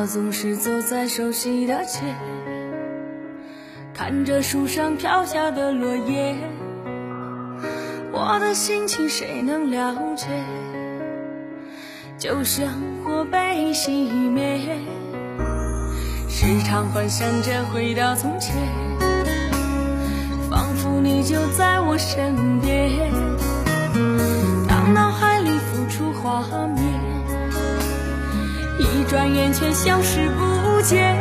我总是走在熟悉的街，看着树上飘下的落叶，我的心情谁能了解？就像火被熄灭，时常幻想着回到从前，仿佛你就在我身边，当脑海里浮出画面，一转眼却消失不见。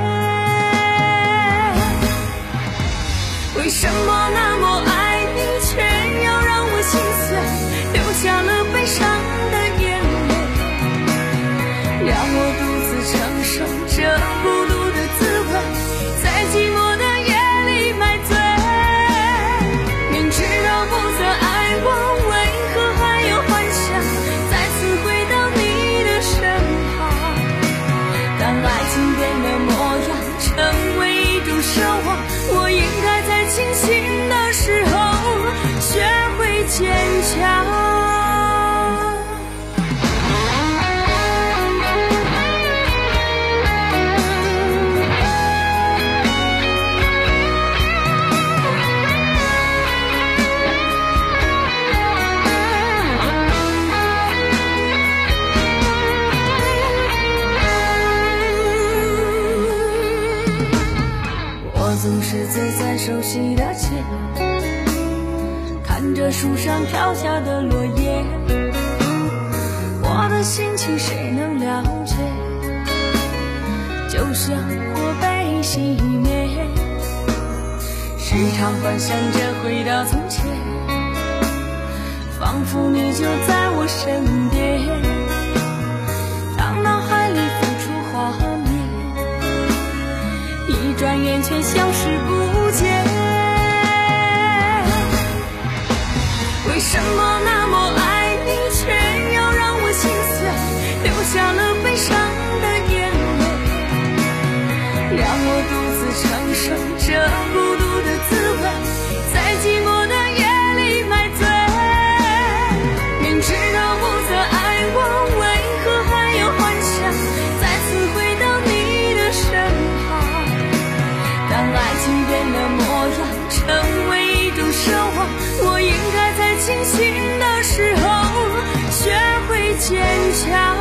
为什么那么爱你，却要让我心碎，流下了悲伤的眼泪，让我独自承受这孤独的滋味，在寂寞的夜里买醉。明知道不曾爱过，为何还有幻想再次回到你的身旁？当爱情变了模样，成为一种奢望，我应该在清醒的时候学会坚强。我总是走在熟悉的街，看着树上飘下的落叶，我的心情谁能了解？就像火被熄灭，时常幻想着回到从前，仿佛你就在我身边，当脑海里浮出画面，一转眼却消失不见。为什么那么爱你，却要让我心碎，流下了悲伤的眼泪，让我独自承受这孤独的滋味，在寂寞的夜里买醉。明知道不曾爱过，为何还有幻想再次回到你的身旁？当爱情变了模样，成为一种奢望，我应该在清醒的时候学会坚强。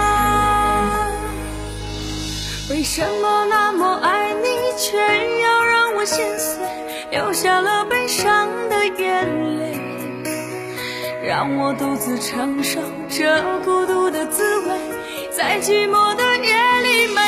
为什么那么爱你，却要让我心碎，流下了悲伤的眼泪，让我独自承受这孤独的滋味，在寂寞的夜里